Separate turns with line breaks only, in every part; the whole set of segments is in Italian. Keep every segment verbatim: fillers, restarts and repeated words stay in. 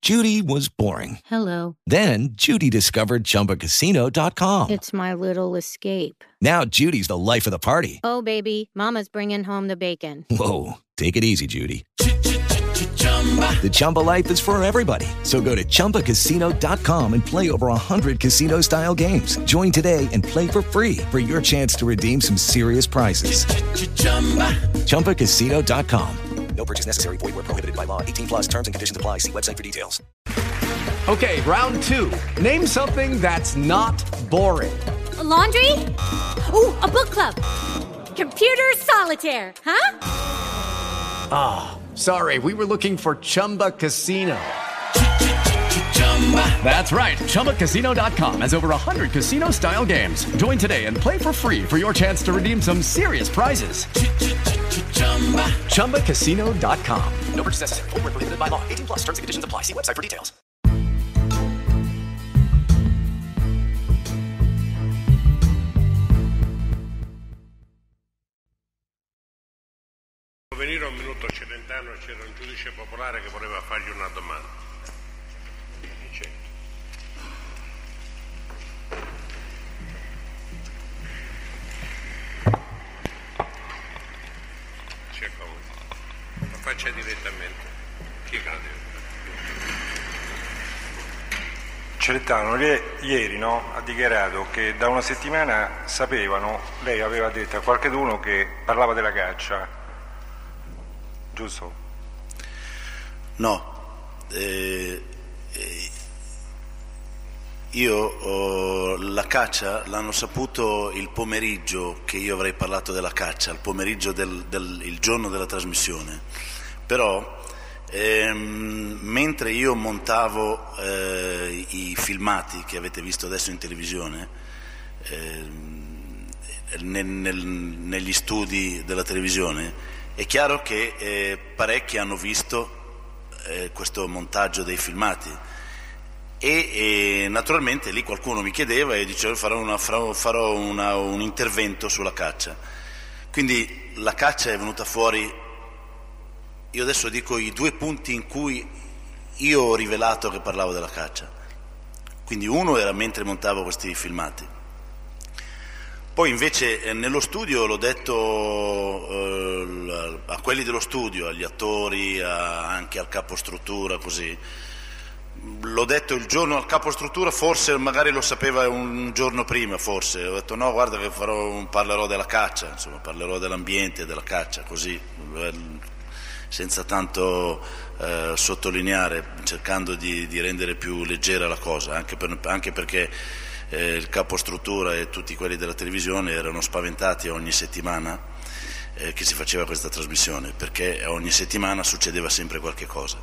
Judy was boring.
Hello.
Then Judy discovered Chumba Casino dot com.
It's my little escape.
Now Judy's the life of the party.
Oh, baby, mama's bringing home the bacon.
Whoa, take it easy, Judy. The Chumba life is for everybody. So go to Chumba Casino dot com and play over one hundred casino-style games. Join today and play for free for your chance to redeem some serious prizes. Chumba Casino dot com. No purchase necessary. Void where prohibited by law. eighteen plus terms and conditions apply. See website for details.
Okay, round two. Name something that's not boring.
A laundry? Ooh, a book club. Computer solitaire, huh?
Ah, oh, sorry. We were looking for Chumba Casino. That's right. Chumba Casino dot com has over one hundred casino-style games. Join today and play for free for your chance to redeem some serious prizes. Chumba Casino dot com. No purchase necessary. Void where prohibited by law. eighteen plus terms and conditions apply. See website for details.
Venire un minuto Celentano, c'era un giudice popolare che voleva fargli una domanda. C'è. C'è come? Lo faccia direttamente. Chi cade?
Celentano, lei ieri no, ha dichiarato che da una settimana sapevano, lei aveva detto a qualcuno che parlava della caccia. Giusto?
No, eh, eh, io oh, la caccia l'hanno saputo il pomeriggio che io avrei parlato della caccia, il pomeriggio del, del il giorno della trasmissione, però ehm, mentre io montavo eh, i filmati che avete visto adesso in televisione, ehm, nel, nel, negli studi della televisione, è chiaro che eh, parecchi hanno visto eh, questo montaggio dei filmati e, e naturalmente lì qualcuno mi chiedeva e diceva farò, una, farò una, un intervento sulla caccia. Quindi la caccia è venuta fuori, io adesso dico i due punti in cui io ho rivelato che parlavo della caccia. Quindi uno era mentre montavo questi filmati. Poi invece eh, nello studio l'ho detto eh, a quelli dello studio, agli attori, a, anche al capostruttura, così. L'ho detto il giorno al capostruttura, forse magari lo sapeva un giorno prima, forse. Ho detto no, guarda che farò, parlerò della caccia, insomma, parlerò dell'ambiente, della caccia, così, senza tanto eh, sottolineare, cercando di, di rendere più leggera la cosa, anche, per, anche perché Eh, il capostruttura e tutti quelli della televisione erano spaventati ogni settimana eh, che si faceva questa trasmissione, perché ogni settimana succedeva sempre qualche cosa.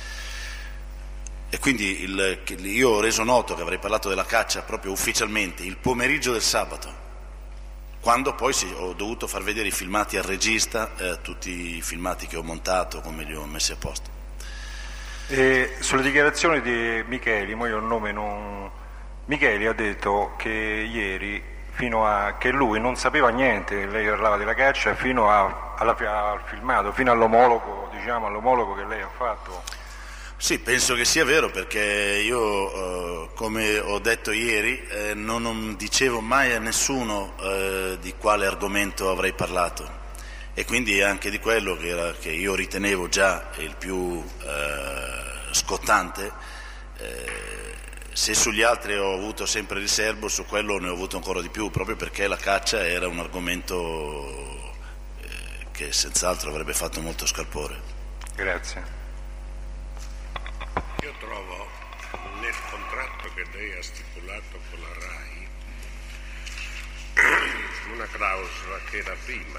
E quindi il, io ho reso noto che avrei parlato della caccia proprio ufficialmente il pomeriggio del sabato, quando poi sì, ho dovuto far vedere i filmati al regista, eh, tutti i filmati che ho montato, come li ho messi a posto.
E sulle dichiarazioni di Micheli, mo io il nome non... Micheli ha detto che ieri, fino a che lui non sapeva niente, lei parlava della caccia, fino a, alla, al filmato, fino all'omologo, diciamo, all'omologo che lei ha fatto.
Sì, penso che sia vero, perché io, eh, come ho detto ieri, eh, non, non dicevo mai a nessuno eh, di quale argomento avrei parlato, e quindi anche di quello che, era, che io ritenevo già il più eh, scottante. Eh, Se sugli altri ho avuto sempre riservo, su quello ne ho avuto ancora di più, proprio perché la caccia era un argomento eh, che senz'altro avrebbe fatto molto scalpore.
Grazie.
Io trovo nel contratto che lei ha stipulato con la RAI una clausola che era prima,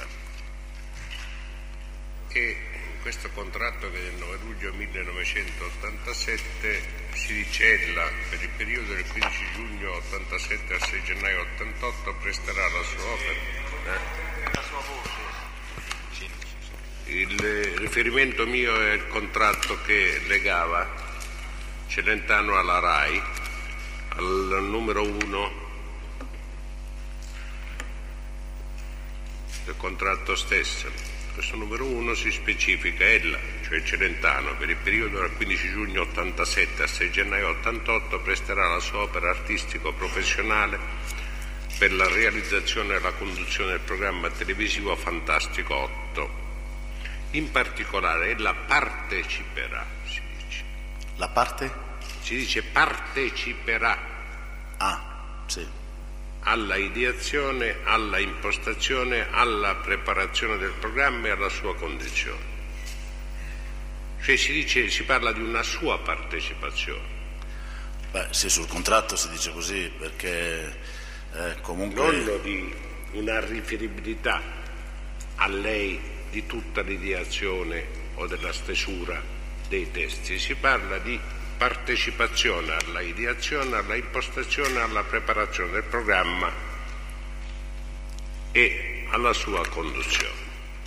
e in questo contratto che è del nove luglio millenovecentottantasette si dicella per il periodo del quindici giugno ottantasette al sei gennaio ottantotto presterà la sua opera. Eh? La sua voce. Il riferimento mio è il contratto che legava Celentano alla RAI, al numero uno del contratto stesso. questo numero uno si specifica ella, cioè Celentano, per il periodo dal quindici giugno ottantasette al sei gennaio ottantotto presterà la sua opera artistico-professionale per la realizzazione e la conduzione del programma televisivo Fantastico otto. In particolare ella parteciperà, si dice.
La parte?
Si dice parteciperà.
Ah, sì.
Alla ideazione, alla impostazione, alla preparazione del programma e alla sua condizione. Cioè si dice, si parla di una sua partecipazione.
Beh, sì, sul contratto si dice così perché eh, comunque...
Non di una riferibilità a lei di tutta l'ideazione o della stesura dei testi, si parla di partecipazione alla ideazione, alla impostazione, alla preparazione del programma e alla sua conduzione.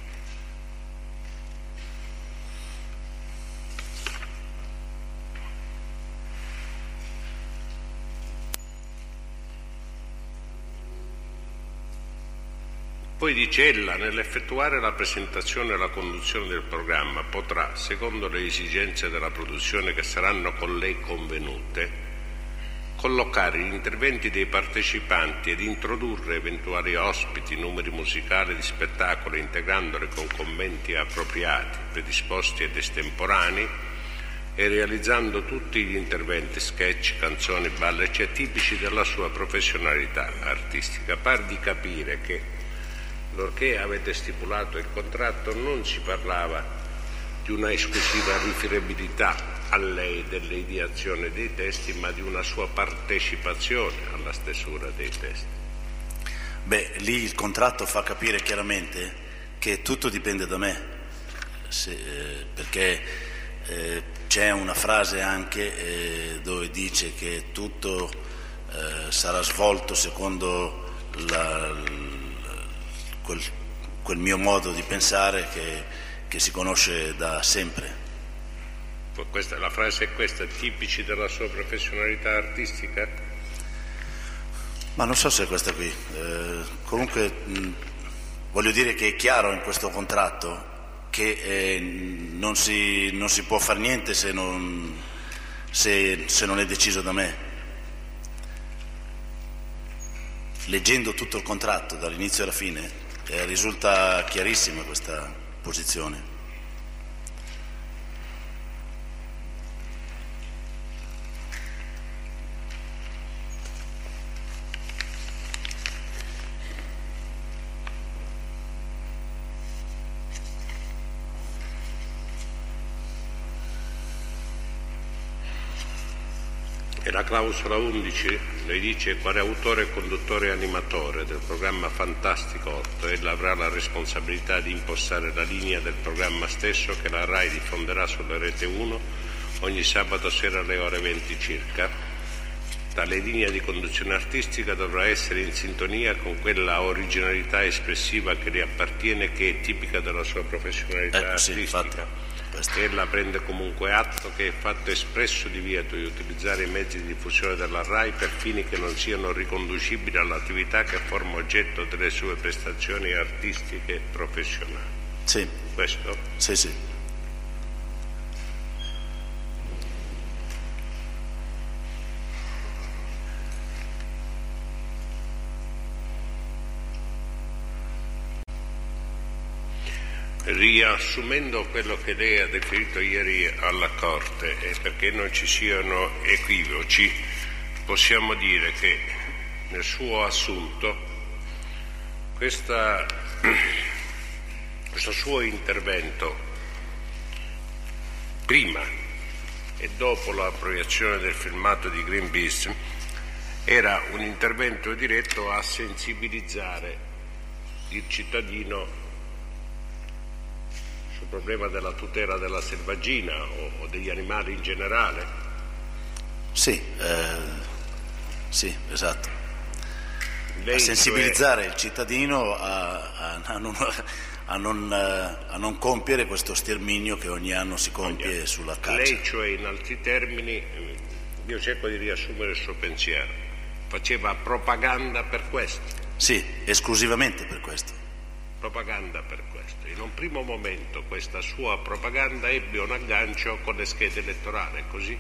Poi dice ella, nell'effettuare la presentazione e la conduzione del programma, potrà, secondo le esigenze della produzione che saranno con lei convenute, collocare gli interventi dei partecipanti ed introdurre eventuali ospiti, numeri musicali di spettacolo, integrandoli con commenti appropriati, predisposti ed estemporanei, e realizzando tutti gli interventi, sketch, canzoni, balli, eccetera, tipici della sua professionalità artistica. Par di capire che lorché avete stipulato il contratto non si parlava di una esclusiva riferibilità a lei delle ideazioni dei testi, ma di una sua partecipazione alla stesura dei testi.
Beh, lì il contratto fa capire chiaramente che tutto dipende da me, se, eh, perché eh, c'è una frase anche eh, dove dice che tutto eh, sarà svolto secondo la... Quel, quel mio modo di pensare che, che si conosce da sempre.
Questa, la frase è questa, tipici della sua professionalità artistica?
Ma non so se è questa qui. Eh, comunque mh, voglio dire che è chiaro in questo contratto che eh, non, si, non si può fare niente se non, se, se non è deciso da me. Leggendo tutto il contratto dall'inizio alla fine Eh, risulta chiarissima questa posizione.
E la clausola undici le dice quale autore, conduttore e animatore del programma Fantastico otto ella avrà la responsabilità di impostare la linea del programma stesso che la RAI diffonderà sulla rete uno ogni sabato sera alle ore venti circa. Tale linea di conduzione artistica dovrà essere in sintonia con quella originalità espressiva che le appartiene, che è tipica della sua professionalità
eh, sì,
artistica.
infatti.
Ella prende comunque atto che è fatto espresso divieto di utilizzare i mezzi di diffusione della RAI per fini che non siano riconducibili all'attività che forma oggetto delle sue prestazioni artistiche e professionali.
Sì.
Questo?
Sì, sì.
Riassumendo quello che lei ha riferito ieri alla Corte, e perché non ci siano equivoci, possiamo dire che nel suo assunto questa, questo suo intervento prima e dopo la proiezione del filmato di Greenpeace era un intervento diretto a sensibilizzare il cittadino sul problema della tutela della selvaggina o, o degli animali in generale?
Sì, eh, sì, esatto.
Lei,
a sensibilizzare
cioè,
il cittadino a, a, a, non, a, non, a non compiere questo sterminio che ogni anno si compie ogni, sulla caccia.
Lei, cioè, in altri termini, io cerco di riassumere il suo pensiero, faceva propaganda per questo?
Sì, esclusivamente per questo.
propaganda per questo. In un primo momento questa sua propaganda ebbe un aggancio con le schede elettorali, è così?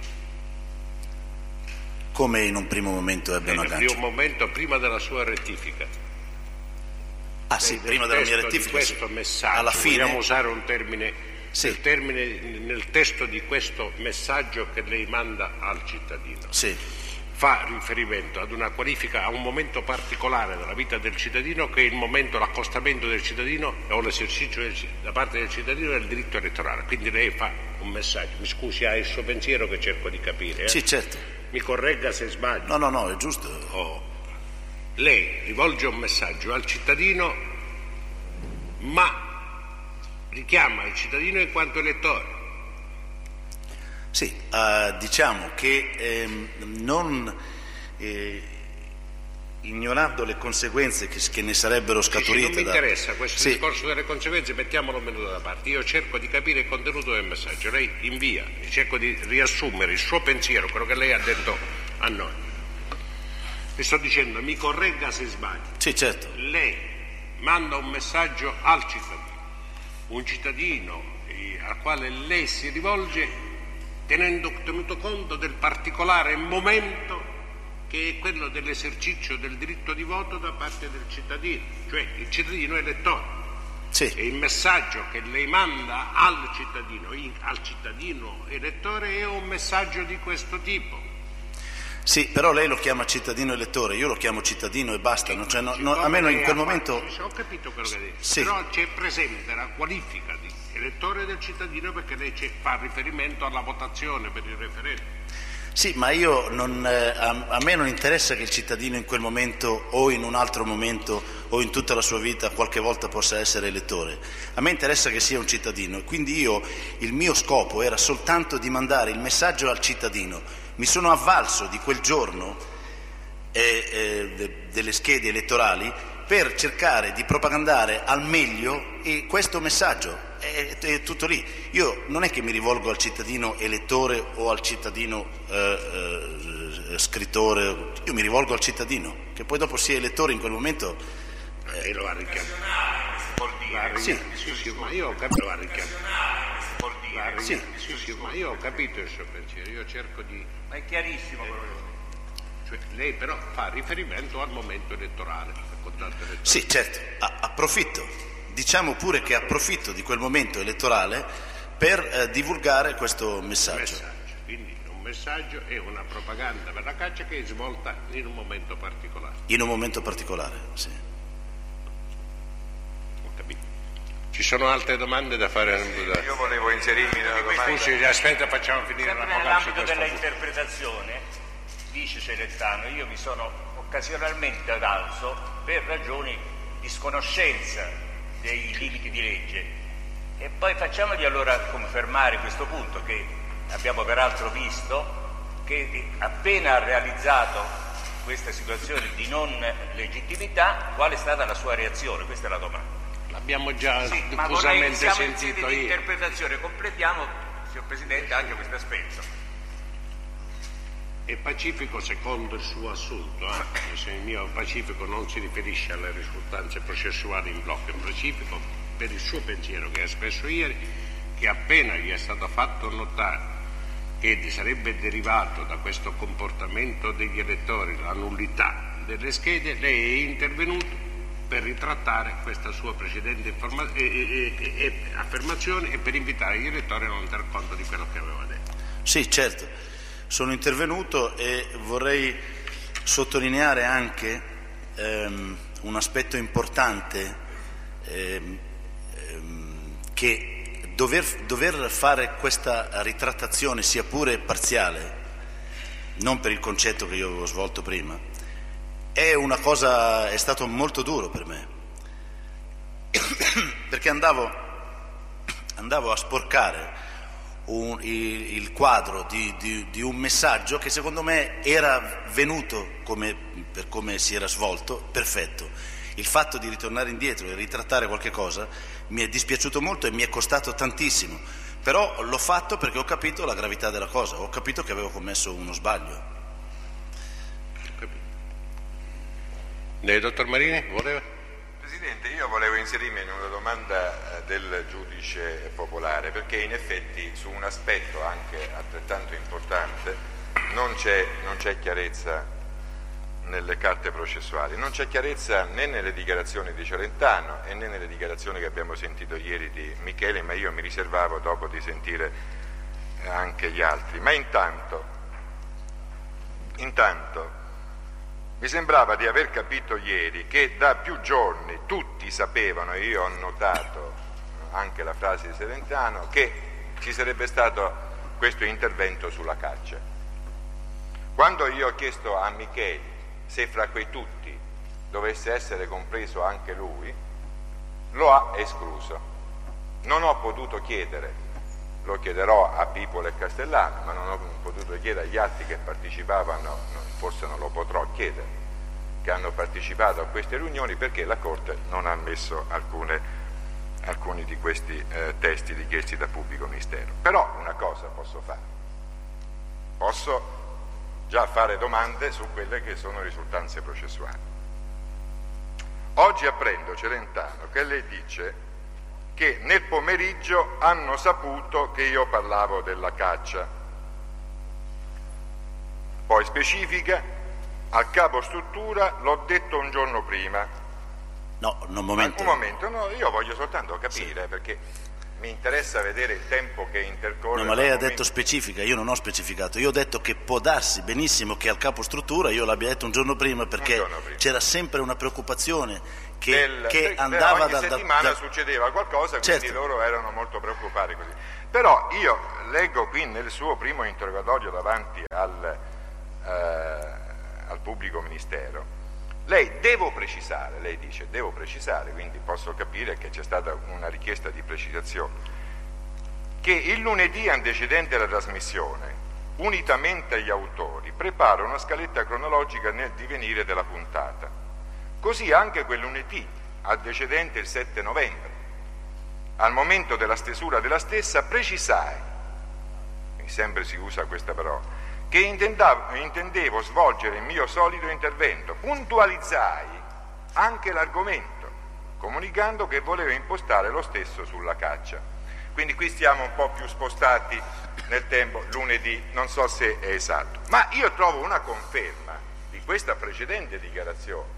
Come in un primo momento ebbe un aggancio?
In un primo momento, prima della sua rettifica.
Ah sì, prima della mia rettifica.
Questo
sì.
messaggio,
alla fine...
vogliamo usare un termine,
sì.
il termine nel testo di questo messaggio che lei manda al cittadino.
Sì.
Fa riferimento ad una qualifica, a un momento particolare della vita del cittadino che è il momento, l'accostamento del cittadino o l'esercizio del, da parte del cittadino del diritto elettorale. Quindi lei fa un messaggio, mi scusi, ha il suo pensiero che cerco di capire. Eh?
Sì, certo.
Mi corregga se sbaglio.
No, no, no, è giusto.
Oh. Lei rivolge un messaggio al cittadino, ma richiama il cittadino in quanto elettore.
Sì, uh, diciamo che ehm, non eh, ignorando le conseguenze che, che ne sarebbero scaturite.
Sì, sì, non mi
da...
interessa questo
sì.
discorso delle conseguenze, mettiamolo un minuto da parte. Io cerco di capire il contenuto del messaggio. Lei invia, cerco di riassumere il suo pensiero, quello che lei ha detto a noi. Le sto dicendo, mi corregga se sbaglio.
Sì, certo.
Lei manda un messaggio al cittadino, un cittadino eh, al quale lei si rivolge tenendo tenuto conto del particolare momento che è quello dell'esercizio del diritto di voto da parte del cittadino, cioè il cittadino elettore.
Sì.
E il messaggio che lei manda al cittadino, al cittadino elettore è un messaggio di questo tipo.
Sì, però lei lo chiama cittadino elettore, io lo chiamo cittadino e basta. Non, cioè, no, no, a me in quel momento...
Ho capito quello che ha detto,
sì.
Però c'è presente la qualifica di elettore del cittadino perché lei fa riferimento alla votazione per il referendum.
Sì, ma io non, eh, a, a me non interessa che il cittadino in quel momento o in un altro momento o in tutta la sua vita qualche volta possa essere elettore. A me interessa che sia un cittadino e quindi io, il mio scopo era soltanto di mandare il messaggio al cittadino. Mi sono avvalso di quel giorno eh, eh, de, delle schede elettorali per cercare di propagandare al meglio eh, questo messaggio. È, è tutto lì. Io non è che mi rivolgo al cittadino elettore o al cittadino eh, eh, scrittore, io mi rivolgo al cittadino, che poi dopo sia elettore in quel momento.
Eh, e lo ha richiamato.
Sì.
Sì, sì, ma io ho capito, lo ha richiamato. Sì. Sì, sì, ma io ho capito il suo pensiero, io cerco di...
Ma è chiarissimo quello che...
Cioè, lei però fa riferimento al momento elettorale, al contratto elettorale.
Sì, certo, a- approfitto. Diciamo pure che approfitto di quel momento elettorale per eh, divulgare questo messaggio.
messaggio. Quindi un messaggio è una propaganda per la caccia che è svolta in un momento particolare.
In un momento particolare, sì.
Ho capito. Ci sono altre domande da fare?
Sì, io volevo inserirmi nella domanda.
Scusi, aspetta, facciamo finire
Sempre
la
nell'ambito dell'interpretazione, dice Celentano, io mi sono occasionalmente avvalso per ragioni di sconoscenza dei limiti di legge e poi facciamogli allora confermare questo punto che abbiamo peraltro visto che appena ha realizzato questa situazione di non legittimità, qual è stata la sua reazione? Questa è la domanda.
L'abbiamo già
sì,
diffusamente
ma
sentito
in
io.
Interpretazione, completiamo, signor Presidente, anche questo aspetto.
È pacifico secondo il suo assunto, eh? Se il mio pacifico non si riferisce alle risultanze processuali in blocco, è pacifico per il suo pensiero che ha espresso ieri, che appena gli è stato fatto notare che sarebbe derivato da questo comportamento degli elettori la nullità delle schede, lei è intervenuto per ritrattare questa sua precedente informa- e, e, e, e affermazione e per invitare gli elettori a non dar conto di quello che aveva detto.
Sì, certo. Sono intervenuto e vorrei sottolineare anche ehm, un aspetto importante ehm, ehm, che dover, dover fare questa ritrattazione, sia pure parziale, non per il concetto che io avevo svolto prima, è una cosa, è stato molto duro per me, perché andavo, andavo a sporcare Un, il, il quadro di, di, di un messaggio che secondo me era venuto, come, per come si era svolto, perfetto. Il fatto di ritornare indietro e ritrattare qualche cosa mi è dispiaciuto molto e mi è costato tantissimo, però l'ho fatto perché ho capito la gravità della cosa, ho capito che avevo commesso uno sbaglio.
Lei, dottor Marini, voleva?
Presidente, io volevo inserirmi in una domanda del giudice popolare, perché in effetti su un aspetto anche altrettanto importante non c'è, non c'è chiarezza nelle carte processuali, non c'è chiarezza né nelle dichiarazioni di Celentano e né nelle dichiarazioni che abbiamo sentito ieri di Michele, ma io mi riservavo dopo di sentire anche gli altri. Ma intanto, intanto mi sembrava di aver capito ieri che da più giorni tutti sapevano, e io ho notato anche la frase di Celentano, che ci sarebbe stato questo intervento sulla caccia. Quando io ho chiesto a Micheli se fra quei tutti dovesse essere compreso anche lui, lo ha escluso. Non ho potuto chiedere, lo chiederò a Pipolo e Castellano, ma non ho potuto chiedere agli altri che partecipavano, forse non lo potrò chiedere, che hanno partecipato a queste riunioni, perché la Corte non ha ammesso alcune, alcuni di questi eh, testi richiesti da pubblico ministero. Però una cosa posso fare, posso già fare domande su quelle che sono risultanze processuali. Oggi apprendo, Celentano, che lei dice che nel pomeriggio hanno saputo che io parlavo della caccia. Poi specifica, al capo struttura l'ho detto un giorno prima.
No, un momento.
Un momento, no, io voglio soltanto capire, sì, perché mi interessa vedere il tempo che intercorre.
No, ma lei ha detto specifica, io non ho specificato. Io ho detto che può darsi benissimo che al capo struttura io l'abbia detto un giorno prima, perché giorno prima. C'era sempre una preoccupazione che,
Del,
che
da,
andava
ogni
da,
settimana
da, da...
succedeva qualcosa,
certo.
Quindi loro erano molto preoccupati così. Però io leggo qui nel suo primo interrogatorio davanti al, eh, al pubblico ministero, lei devo precisare, lei dice devo precisare, quindi posso capire che c'è stata una richiesta di precisazione, che il lunedì antecedente alla trasmissione, unitamente agli autori, prepara una scaletta cronologica nel divenire della puntata. Così anche quel lunedì, antecedente il sette novembre, al momento della stesura della stessa, precisai, e sempre si usa questa parola, che intendevo svolgere il mio solito intervento. Puntualizzai anche l'argomento, comunicando che volevo impostare lo stesso sulla caccia. Quindi qui stiamo un po' più spostati nel tempo, lunedì, non so se è esatto. Ma io trovo una conferma di questa precedente dichiarazione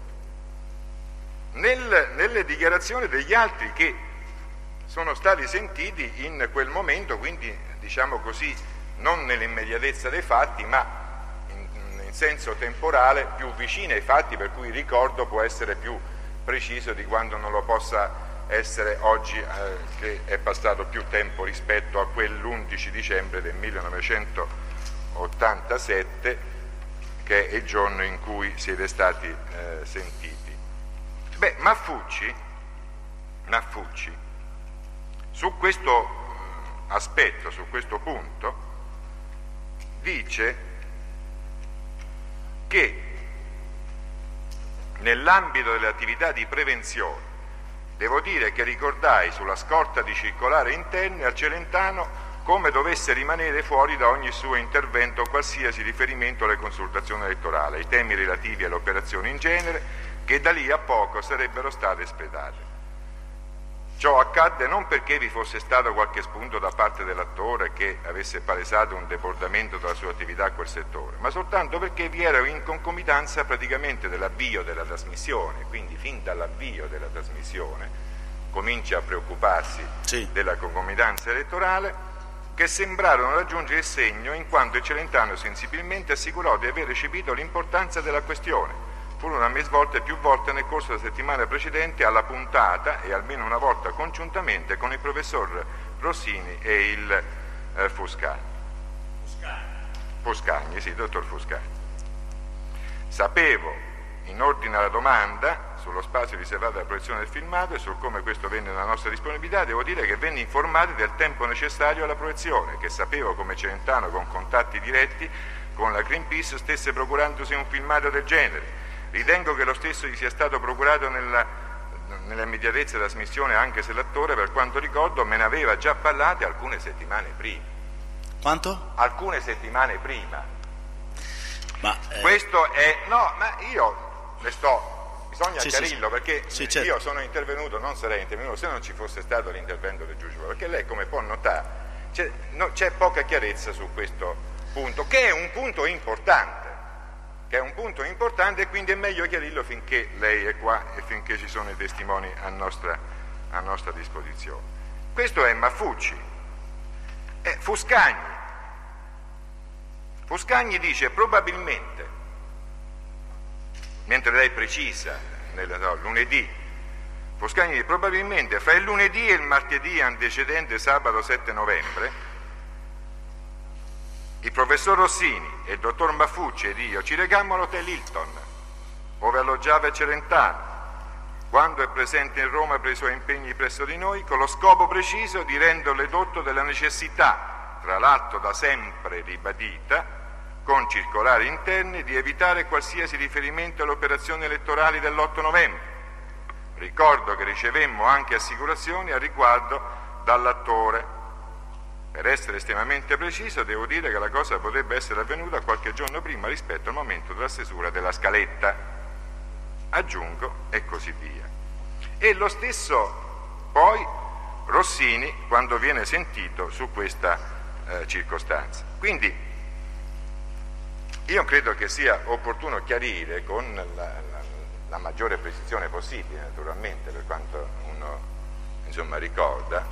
Nel, nelle dichiarazioni degli altri che sono stati sentiti in quel momento, quindi diciamo così non nell'immediatezza dei fatti, ma in, in senso temporale più vicino ai fatti, per cui il ricordo può essere più preciso di quando non lo possa essere oggi, eh, che è passato più tempo rispetto a quell'undici dicembre del millenovecentottantasette, che è il giorno in cui siete stati eh, sentiti. Beh, Maffucci, Maffucci, su questo aspetto, su questo punto, dice che nell'ambito delle attività di prevenzione, devo dire che ricordai sulla scorta di circolare interne a Celentano come dovesse rimanere fuori da ogni suo intervento qualsiasi riferimento alle consultazioni elettorali, ai temi relativi alle operazioni in genere, che da lì a poco sarebbero state espletate. Ciò accadde non perché vi fosse stato qualche spunto da parte dell'attore che avesse palesato un debordamento della sua attività a quel settore, ma soltanto perché vi era in concomitanza praticamente dell'avvio della trasmissione, quindi fin dall'avvio della trasmissione comincia a preoccuparsi sì. della concomitanza elettorale, che sembrarono raggiungere il segno in quanto il Celentano sensibilmente assicurò di aver recepito l'importanza della questione. Furono a me svolte più volte nel corso della settimana precedente alla puntata e almeno una volta congiuntamente con il professor Rossini e il eh, Fuscagni. Fuscagni. Fuscagni, sì, dottor Fuscagni. Sapevo, in ordine alla domanda sullo spazio riservato alla proiezione del filmato e su come questo venne nella nostra disponibilità, devo dire che venni informati del tempo necessario alla proiezione, che sapevo come Celentano, con contatti diretti con la Greenpeace, stesse procurandosi un filmato del genere. Ritengo che lo stesso gli sia stato procurato nella, nella immediatezza della trasmissione, anche se l'attore, per quanto ricordo, me ne aveva già parlato alcune settimane prima.
Quanto?
Alcune settimane prima.
Ma, eh...
Questo è... No, ma io le sto bisogna
sì,
chiarirlo,
sì,
perché
sì, certo.
Io sono intervenuto, non sarei intervenuto se non ci fosse stato l'intervento del giudice, perché lei, come può notare, c'è, no, c'è poca chiarezza su questo punto, che è un punto importante, che è un punto importante e quindi è meglio chiarirlo finché lei è qua e finché ci sono i testimoni a nostra, a nostra disposizione. Questo è Maffucci. Eh, Fuscagni. Fuscagni dice probabilmente, mentre lei precisa, nel, no, lunedì, Fuscagni dice probabilmente fra il lunedì e il martedì antecedente sabato sette novembre, il professor Rossini e il dottor Maffucci ed io ci recammo all'hotel Hilton, dove alloggiava Celentano, quando è presente in Roma per i suoi impegni presso di noi, con lo scopo preciso di renderle dotto della necessità, tra l'altro da sempre ribadita, con circolari interni, di evitare qualsiasi riferimento alle operazioni elettorali dell'otto novembre. Ricordo che ricevemmo anche assicurazioni a riguardo dall'attore. Per essere estremamente preciso, devo dire che la cosa potrebbe essere avvenuta qualche giorno prima rispetto al momento della stesura della scaletta. Aggiungo, e così via. E lo stesso poi Rossini quando viene sentito su questa eh, circostanza. Quindi io credo che sia opportuno chiarire con la, la, la maggiore precisione possibile, naturalmente, per quanto uno insomma ricorda,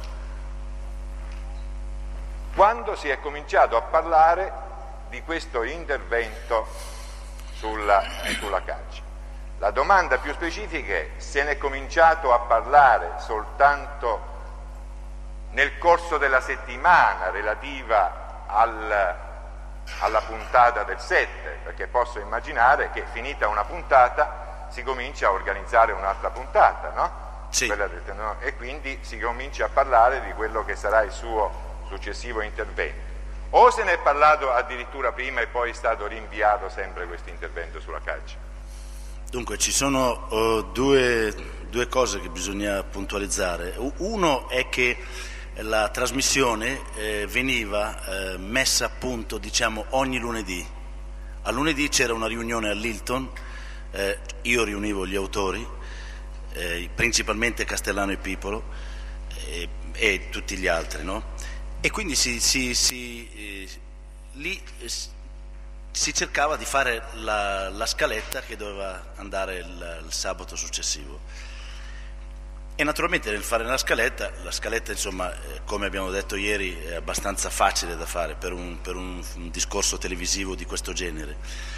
quando si è cominciato a parlare di questo intervento sulla, sulla caccia. La domanda più specifica è: se ne è cominciato a parlare soltanto nel corso della settimana relativa al, alla puntata del sette, perché posso immaginare che finita una puntata si comincia a organizzare un'altra puntata, no?
Sì.
Quella del, no? E quindi si comincia a parlare di quello che sarà il suo successivo intervento. O se ne è parlato addirittura prima e poi è stato rinviato sempre questo intervento sulla caccia?
Dunque, ci sono uh, due, due cose che bisogna puntualizzare. Uno è che la trasmissione eh, veniva eh, messa a punto, diciamo, ogni lunedì. A lunedì c'era una riunione all'Hilton, eh, io riunivo gli autori, eh, principalmente Castellano e Pipolo, eh, e tutti gli altri, no? E quindi si, si, si, eh, lì si cercava di fare la, la scaletta che doveva andare il, il sabato successivo. E naturalmente nel fare la scaletta, la scaletta insomma, eh, come abbiamo detto ieri, è abbastanza facile da fare per un, per un, un discorso televisivo di questo genere.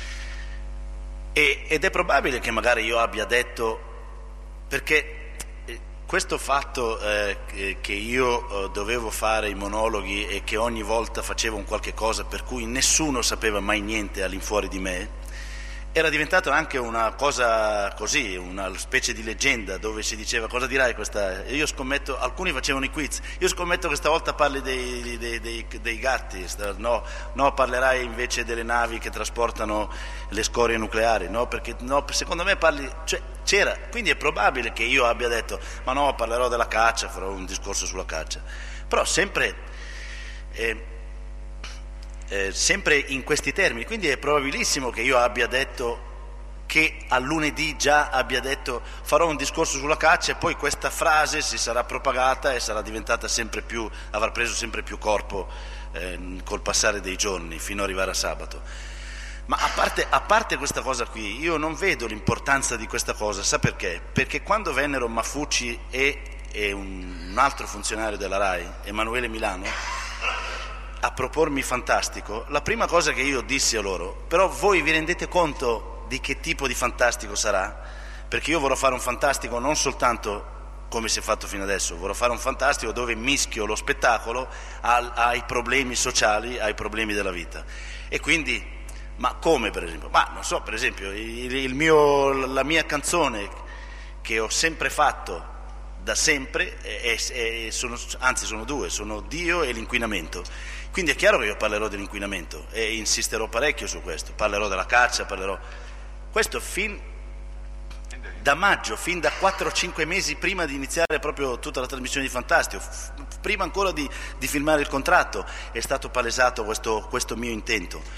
E, ed è probabile che magari io abbia detto, perché questo fatto eh, che io eh, dovevo fare i monologhi e che ogni volta facevo un qualche cosa per cui nessuno sapeva mai niente all'infuori di me, era diventato anche una cosa così, una specie di leggenda dove si diceva: cosa dirai questa? Io scommetto, alcuni facevano i quiz, io scommetto che stavolta parli dei, dei, dei, dei gatti, no, no, parlerai invece delle navi che trasportano le scorie nucleari, no, perché no, secondo me parli, cioè, c'era, quindi è probabile che io abbia detto: ma no, parlerò della caccia, farò un discorso sulla caccia, però sempre eh, Eh, sempre in questi termini, quindi è probabilissimo che io abbia detto, che a lunedì già abbia detto farò un discorso sulla caccia, e poi questa frase si sarà propagata e sarà diventata sempre più, avrà preso sempre più corpo eh, col passare dei giorni fino ad arrivare a sabato. Ma a parte, a parte questa cosa qui, io non vedo l'importanza di questa cosa, sa perché? Perché quando vennero Maffucci e, e un, un altro funzionario della RAI, Emanuele Milano, a propormi Fantastico, la prima cosa che io dissi a loro: però voi vi rendete conto di che tipo di fantastico sarà? Perché io vorrò fare un fantastico non soltanto come si è fatto fino adesso, vorrò fare un fantastico dove mischio lo spettacolo al, ai problemi sociali, ai problemi della vita. E quindi, ma come per esempio? Ma non so, per esempio, il, il mio, la mia canzone che ho sempre fatto da sempre, è, è, sono, anzi sono due, sono Dio e l'inquinamento. Quindi è chiaro che io parlerò dell'inquinamento e insisterò parecchio su questo, parlerò della caccia, parlerò... Questo fin da maggio, fin da quattro cinque mesi prima di iniziare proprio tutta la trasmissione di Fantastico, prima ancora di, di firmare il contratto, è stato palesato questo, questo mio intento.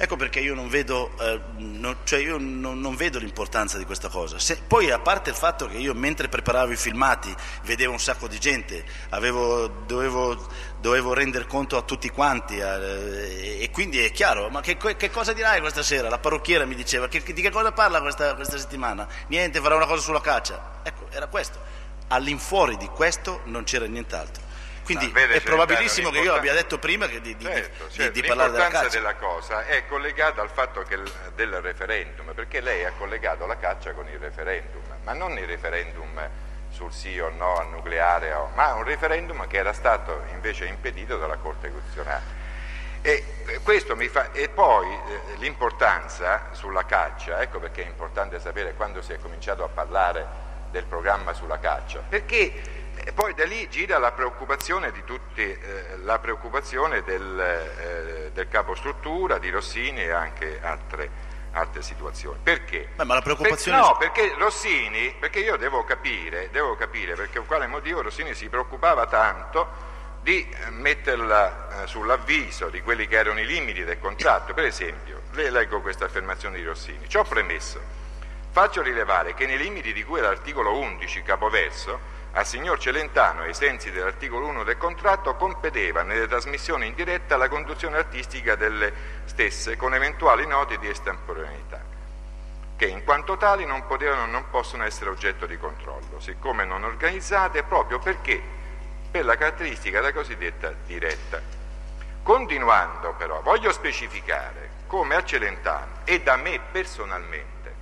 Ecco perché io non vedo, eh, non, cioè io non, non vedo l'importanza di questa cosa. Se, poi a parte il fatto che io mentre preparavo i filmati vedevo un sacco di gente, avevo, dovevo, dovevo rendere conto a tutti quanti eh, e quindi è chiaro, ma che, che cosa dirai questa sera? La parrucchiera mi diceva, che, di che cosa parla questa, questa settimana? Niente, farà una cosa sulla caccia. Ecco, era questo. All'infuori di questo non c'era nient'altro. Quindi
no, vede,
è probabilissimo che io abbia detto prima che di, di,
certo,
di,
certo.
di parlare della caccia.
L'importanza della cosa è collegata al fatto che il, del referendum, perché lei ha collegato la caccia con il referendum, ma non il referendum sul sì o no al nucleare, o, ma un referendum che era stato invece impedito dalla Corte Costituzionale. E, questo mi fa, e poi eh, l'importanza sulla caccia, ecco perché è importante sapere quando si è cominciato a parlare del programma sulla caccia, perché e poi da lì gira la preoccupazione di tutti, eh, la preoccupazione del, eh, del capostruttura, di Rossini e anche altre, altre situazioni. Perché?
Beh, ma la preoccupazione...
Per, no, perché Rossini, perché io devo capire, devo capire perché quale motivo Rossini si preoccupava tanto di metterla eh, sull'avviso di quelli che erano i limiti del contratto. Per esempio, le leggo questa affermazione di Rossini: ciò premesso, faccio rilevare che nei limiti di cui è l'articolo undici, capoverso, al signor Celentano, ai sensi dell'articolo uno del contratto, competeva nelle trasmissioni in diretta la conduzione artistica delle stesse, con eventuali note di estemporaneità, che in quanto tali non potevano, non possono essere oggetto di controllo, siccome non organizzate proprio perché per la caratteristica della cosiddetta diretta. Continuando però, voglio specificare come a Celentano e da me personalmente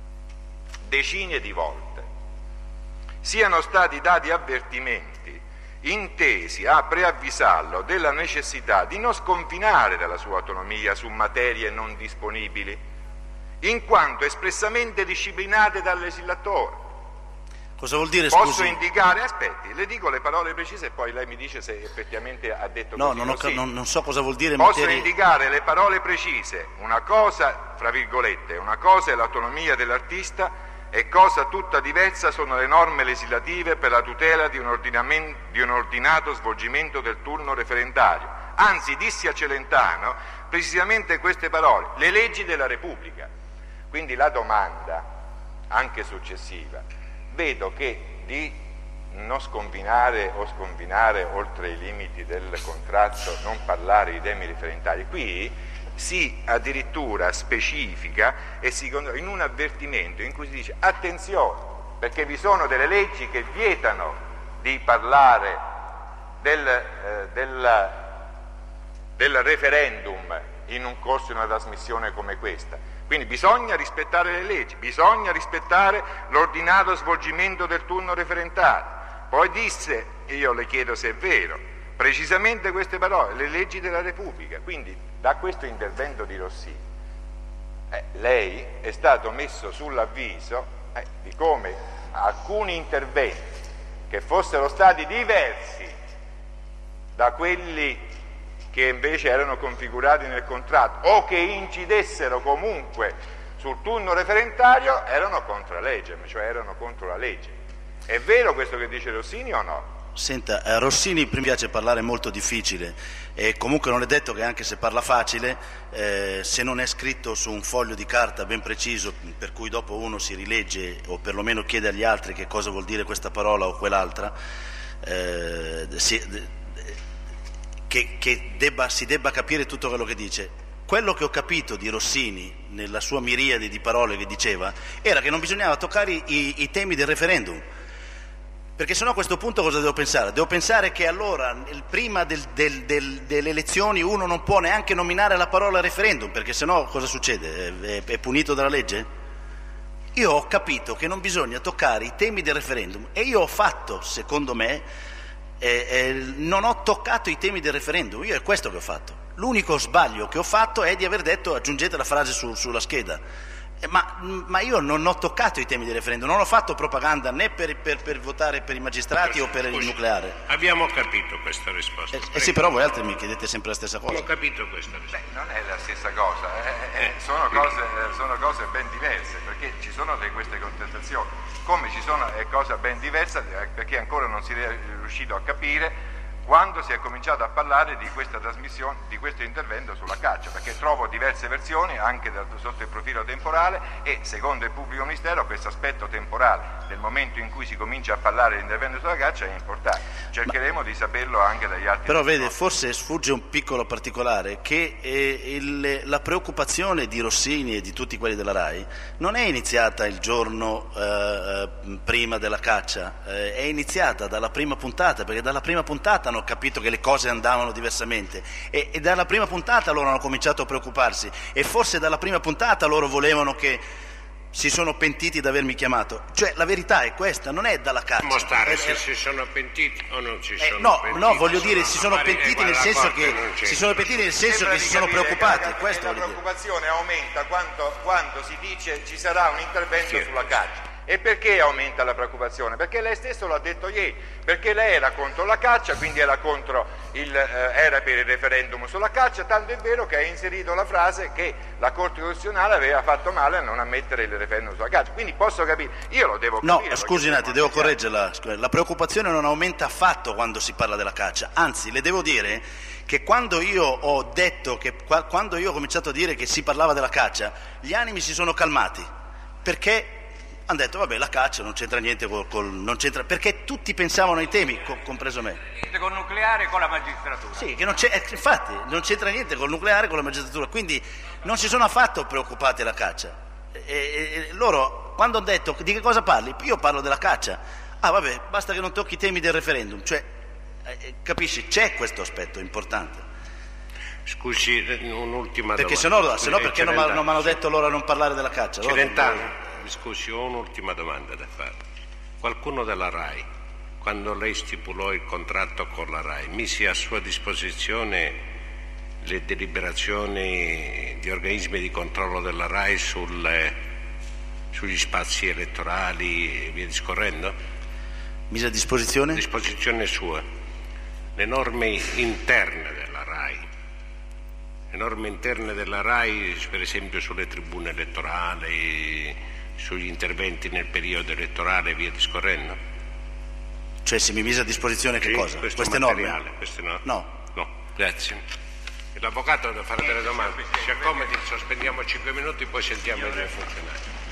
decine di volte siano stati dati avvertimenti intesi a preavvisarlo della necessità di non sconfinare dalla sua autonomia su materie non disponibili, in quanto espressamente disciplinate dal legislatore.
Cosa vuol dire,
Posso
scusi?
indicare, aspetti, le dico le parole precise e poi lei mi dice se effettivamente ha detto
no,
così.
No, non, non, non so cosa vuol dire.
Posso
materie...
indicare le parole precise. Una cosa, fra virgolette, una cosa è l'autonomia dell'artista e cosa tutta diversa sono le norme legislative per la tutela di un, di un ordinato svolgimento del turno referendario. Anzi, dissi a Celentano precisamente queste parole: le leggi della Repubblica. Quindi la domanda, anche successiva, vedo che di non sconfinare o sconfinare oltre i limiti del contratto, non parlare di temi referendari, qui si addirittura specifica e si in un avvertimento in cui si dice attenzione, perché vi sono delle leggi che vietano di parlare del, eh, del, del referendum in un corso di una trasmissione come questa. Quindi bisogna rispettare le leggi, bisogna rispettare l'ordinato svolgimento del turno referendario. Poi disse, io le chiedo se è vero, precisamente queste parole: le leggi della Repubblica. Quindi da questo intervento di Rossini eh, lei è stato messo sull'avviso eh, di come alcuni interventi che fossero stati diversi da quelli che invece erano configurati nel contratto o che incidessero comunque sul turno referendario erano contro la legge, cioè erano contro la legge. È vero questo che dice Rossini o no?
Senta, eh, Rossini mi piace parlare molto difficile e comunque non è detto che anche se parla facile, eh, se non è scritto su un foglio di carta ben preciso per cui dopo uno si rilegge o perlomeno chiede agli altri che cosa vuol dire questa parola o quell'altra, eh, si, che, che debba, si debba capire tutto quello che dice. Quello che ho capito di Rossini nella sua miriade di parole che diceva era che non bisognava toccare i, i temi del referendum. Perché sennò a questo punto cosa devo pensare? Devo pensare che allora prima del, del, del, delle elezioni uno non può neanche nominare la parola referendum, perché sennò cosa succede? È, è punito dalla legge? Io ho capito che non bisogna toccare i temi del referendum e io ho fatto, secondo me, eh, eh, non ho toccato i temi del referendum, io è questo che ho fatto. L'unico sbaglio che ho fatto è di aver detto aggiungete la frase su, sulla scheda. Ma, ma io non ho toccato i temi del referendum, non ho fatto propaganda né per, per, per votare per i magistrati o per il nucleare.
Abbiamo capito questa risposta.
Eh, eh sì, però voi altri mi chiedete sempre la stessa cosa.
Abbiamo capito questa risposta.
Beh, non è la stessa cosa, eh, eh, sono, cose, eh, sono cose ben diverse, perché ci sono de queste contestazioni, come ci sono è cosa ben diversa, perché ancora non si è riuscito a capire quando si è cominciato a parlare di questa trasmissione, di questo intervento sulla caccia, perché trovo diverse versioni anche da, sotto il profilo temporale e secondo il pubblico ministero questo aspetto temporale del momento in cui si comincia a parlare di intervento sulla caccia è importante. Cercheremo Ma... di saperlo anche dagli altri.
Però vede, forse sfugge un piccolo particolare che eh, il, la preoccupazione di Rossini e di tutti quelli della RAI non è iniziata il giorno eh, prima della caccia, eh, è iniziata dalla prima puntata, perché dalla prima puntata hanno capito che le cose andavano diversamente e, e dalla prima puntata loro hanno cominciato a preoccuparsi e forse dalla prima puntata loro volevano che si sono pentiti di avermi chiamato. Cioè la verità è questa, non è dalla caccia.
Mostrare
è,
se
è...
si sono pentiti o non si
eh,
sono
no,
pentiti.
No, voglio
sono
dire si sono pentiti nel senso che si sono pentiti nel senso che si sono preoccupati.
La,
questo
la preoccupazione aumenta quando, quando si dice ci sarà un intervento sì. sulla caccia. E perché aumenta la preoccupazione? Perché lei stesso l'ha detto ieri, perché lei era contro la caccia, quindi era, contro il, eh, era per il referendum sulla caccia, tanto è vero che ha inserito la frase che la Corte Costituzionale aveva fatto male a non ammettere il referendum sulla caccia. Quindi posso capire, io lo devo capire.
No, scusi un attimo, devo correggerla. La preoccupazione non aumenta affatto quando si parla della caccia, anzi le devo dire che quando io ho detto, che quando io ho cominciato a dire che si parlava della caccia, gli animi si sono calmati, perché hanno detto vabbè la caccia non c'entra niente col, col non c'entra, perché tutti pensavano ai temi, co, compreso me.
Con il nucleare e con la magistratura.
Sì, che non c'è, infatti non c'entra niente col nucleare e con la magistratura, quindi non si sono affatto preoccupati della caccia. E, e, e loro quando hanno detto di che cosa parli? Io parlo della caccia. Ah vabbè, basta che non tocchi i temi del referendum, cioè eh, capisci, c'è questo aspetto importante.
Scusi, un'ultima
perché
domanda.
Perché se no perché non mi hanno detto loro a non parlare della caccia?
Celentano. Scusi, ho un'ultima domanda da fare. Qualcuno della RAI, quando lei stipulò il contratto con la RAI, mise a sua disposizione le deliberazioni di organismi di controllo della RAI sul, sugli spazi elettorali e via discorrendo?
Mise a disposizione?
Disposizione sua. Le norme interne della RAI. Le norme interne della RAI, per esempio sulle tribune elettorali, sugli interventi nel periodo elettorale e via discorrendo?
Cioè se mi mise a disposizione che
sì,
cosa? Queste
materiale,
norme?
Queste no.
No.
No, grazie. L'avvocato deve fare delle domande. Si accomodi, sospendiamo cinque minuti, poi sentiamo i due funzionari.